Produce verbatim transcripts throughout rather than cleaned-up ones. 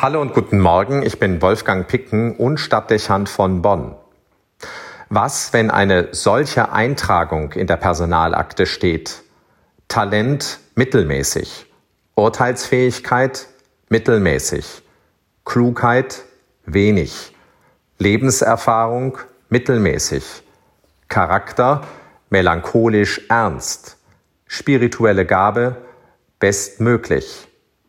Hallo und guten Morgen, ich bin Wolfgang Picken und Stadtdechant von Bonn. Was, wenn eine solche Eintragung in der Personalakte steht? Talent mittelmäßig, Urteilsfähigkeit mittelmäßig, Klugheit wenig, Lebenserfahrung mittelmäßig, Charakter melancholisch ernst, spirituelle Gabe bestmöglich.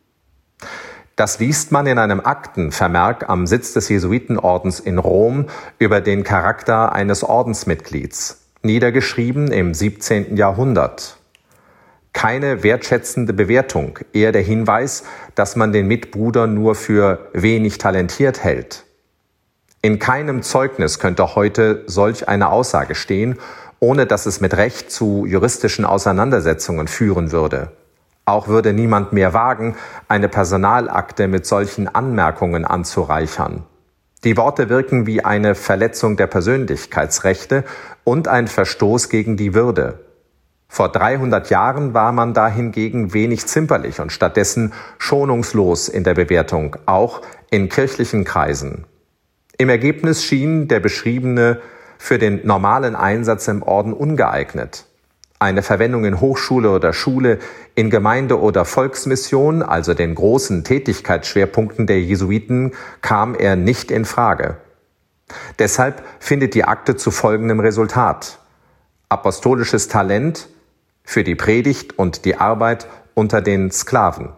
Das liest man in einem Aktenvermerk am Sitz des Jesuitenordens in Rom über den Charakter eines Ordensmitglieds, niedergeschrieben im siebzehnten Jahrhundert. Keine wertschätzende Bewertung, eher der Hinweis, dass man den Mitbruder nur für wenig talentiert hält. In keinem Zeugnis könnte heute solch eine Aussage stehen, ohne dass es mit Recht zu juristischen Auseinandersetzungen führen würde. Auch würde niemand mehr wagen, eine Personalakte mit solchen Anmerkungen anzureichern. Die Worte wirken wie eine Verletzung der Persönlichkeitsrechte und ein Verstoß gegen die Würde. Vor dreihundert Jahren war man dahingegen wenig zimperlich und stattdessen schonungslos in der Bewertung, auch in kirchlichen Kreisen. Im Ergebnis schien der Beschriebene für den normalen Einsatz im Orden ungeeignet. Eine Verwendung in Hochschule oder Schule, in Gemeinde oder Volksmission, also den großen Tätigkeitsschwerpunkten der Jesuiten, kam er nicht in Frage. Deshalb findet die Akte zu folgendem Resultat: apostolisches Talent für die Predigt und die Arbeit unter den Sklaven.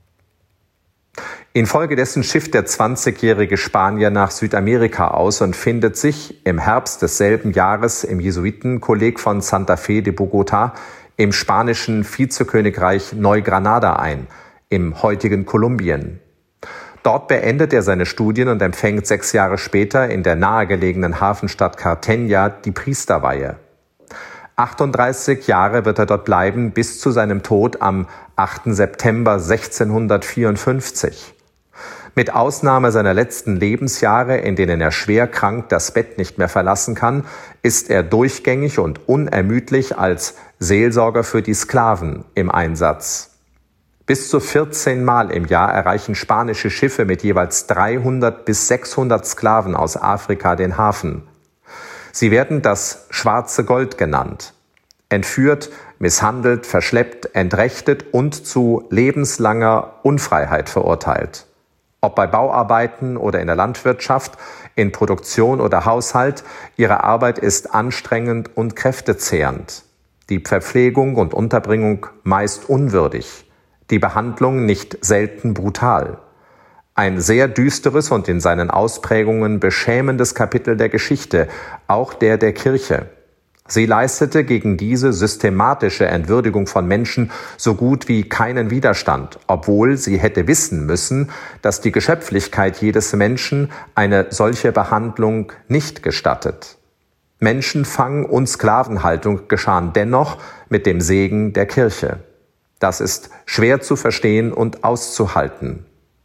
Infolgedessen schifft der zwanzigjährige Spanier nach Südamerika aus und findet sich im Herbst desselben Jahres im Jesuitenkolleg von Santa Fe de Bogotá im spanischen Vizekönigreich Neugranada ein, im heutigen Kolumbien. Dort beendet er seine Studien und empfängt sechs Jahre später in der nahegelegenen Hafenstadt Cartagena die Priesterweihe. achtunddreißig Jahre wird er dort bleiben, bis zu seinem Tod am achten September sechzehnhundertvierundfünfzig. Mit Ausnahme seiner letzten Lebensjahre, in denen er schwer krank das Bett nicht mehr verlassen kann, ist er durchgängig und unermüdlich als Seelsorger für die Sklaven im Einsatz. Bis zu vierzehn Mal im Jahr erreichen spanische Schiffe mit jeweils dreihundert bis sechshundert Sklaven aus Afrika den Hafen. Sie werden das schwarze Gold genannt. Entführt, misshandelt, verschleppt, entrechtet und zu lebenslanger Unfreiheit verurteilt. Ob bei Bauarbeiten oder in der Landwirtschaft, in Produktion oder Haushalt, ihre Arbeit ist anstrengend und kräftezehrend. Die Verpflegung und Unterbringung meist unwürdig, die Behandlung nicht selten brutal. Ein sehr düsteres und in seinen Ausprägungen beschämendes Kapitel der Geschichte, auch der der Kirche. Sie leistete gegen diese systematische Entwürdigung von Menschen so gut wie keinen Widerstand, obwohl sie hätte wissen müssen, dass die Geschöpflichkeit jedes Menschen eine solche Behandlung nicht gestattet. Menschenfang und Sklavenhaltung geschahen dennoch mit dem Segen der Kirche. Das ist schwer zu verstehen und auszuhalten.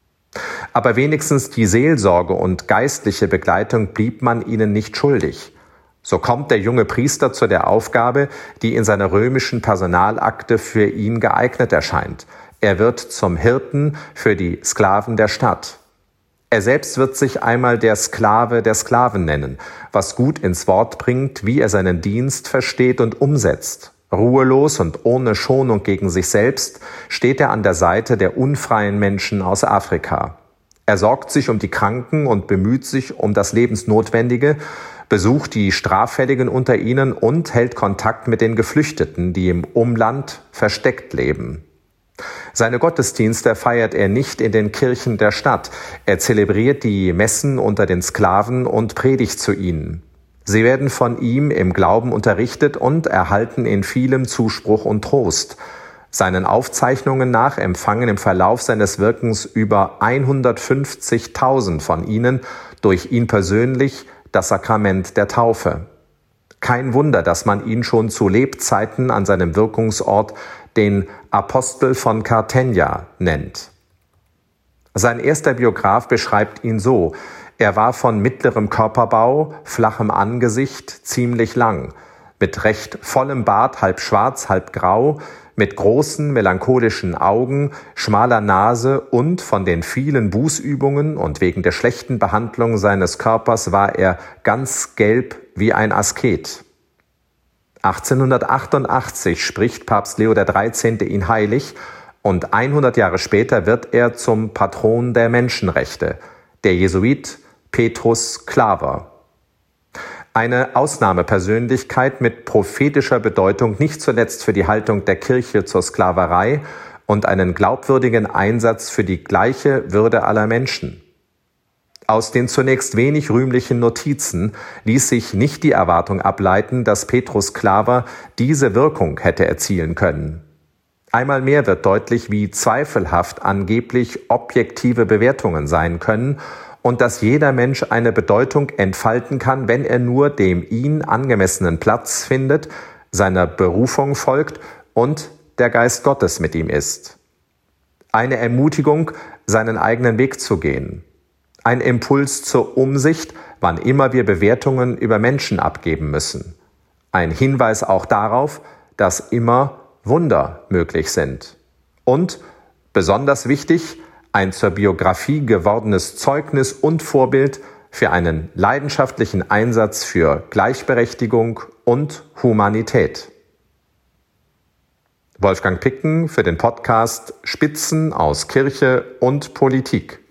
Aber wenigstens die Seelsorge und geistliche Begleitung blieb man ihnen nicht schuldig. So kommt der junge Priester zu der Aufgabe, die in seiner römischen Personalakte für ihn geeignet erscheint. Er wird zum Hirten für die Sklaven der Stadt. Er selbst wird sich einmal der Sklave der Sklaven nennen, was gut ins Wort bringt, wie er seinen Dienst versteht und umsetzt. Ruhelos und ohne Schonung gegen sich selbst steht er an der Seite der unfreien Menschen aus Afrika. Er sorgt sich um die Kranken und bemüht sich um das Lebensnotwendige, besucht die Straffälligen unter ihnen und hält Kontakt mit den Geflüchteten, die im Umland versteckt leben. Seine Gottesdienste feiert er nicht in den Kirchen der Stadt. Er zelebriert die Messen unter den Sklaven und predigt zu ihnen. Sie werden von ihm im Glauben unterrichtet und erhalten in vielem Zuspruch und Trost. Seinen Aufzeichnungen nach empfangen im Verlauf seines Wirkens über hundertfünfzigtausend von ihnen durch ihn persönlich das Sakrament der Taufe. Kein Wunder, dass man ihn schon zu Lebzeiten an seinem Wirkungsort den Apostel von Cartagena nennt. Sein erster Biograf beschreibt ihn so: Er war von mittlerem Körperbau, flachem Angesicht, ziemlich lang, mit recht vollem Bart, halb schwarz, halb grau, mit großen melancholischen Augen, schmaler Nase und von den vielen Bußübungen und wegen der schlechten Behandlung seines Körpers war er ganz gelb wie ein Asket. achtzehnhundertachtundachtzig spricht Papst Leo der Dreizehnte ihn heilig und hundert Jahre später wird er zum Patron der Menschenrechte, der Jesuit Petrus Claver. Eine Ausnahmepersönlichkeit mit prophetischer Bedeutung, nicht zuletzt für die Haltung der Kirche zur Sklaverei und einen glaubwürdigen Einsatz für die gleiche Würde aller Menschen. Aus den zunächst wenig rühmlichen Notizen ließ sich nicht die Erwartung ableiten, dass Petrus Claver diese Wirkung hätte erzielen können. Einmal mehr wird deutlich, wie zweifelhaft angeblich objektive Bewertungen sein können und dass jeder Mensch eine Bedeutung entfalten kann, wenn er nur dem ihm angemessenen Platz findet, seiner Berufung folgt und der Geist Gottes mit ihm ist. Eine Ermutigung, seinen eigenen Weg zu gehen. Ein Impuls zur Umsicht, wann immer wir Bewertungen über Menschen abgeben müssen. Ein Hinweis auch darauf, dass immer Wunder möglich sind. Und, besonders wichtig, ein zur Biografie gewordenes Zeugnis und Vorbild für einen leidenschaftlichen Einsatz für Gleichberechtigung und Humanität. Wolfgang Picken für den Podcast Spitzen aus Kirche und Politik.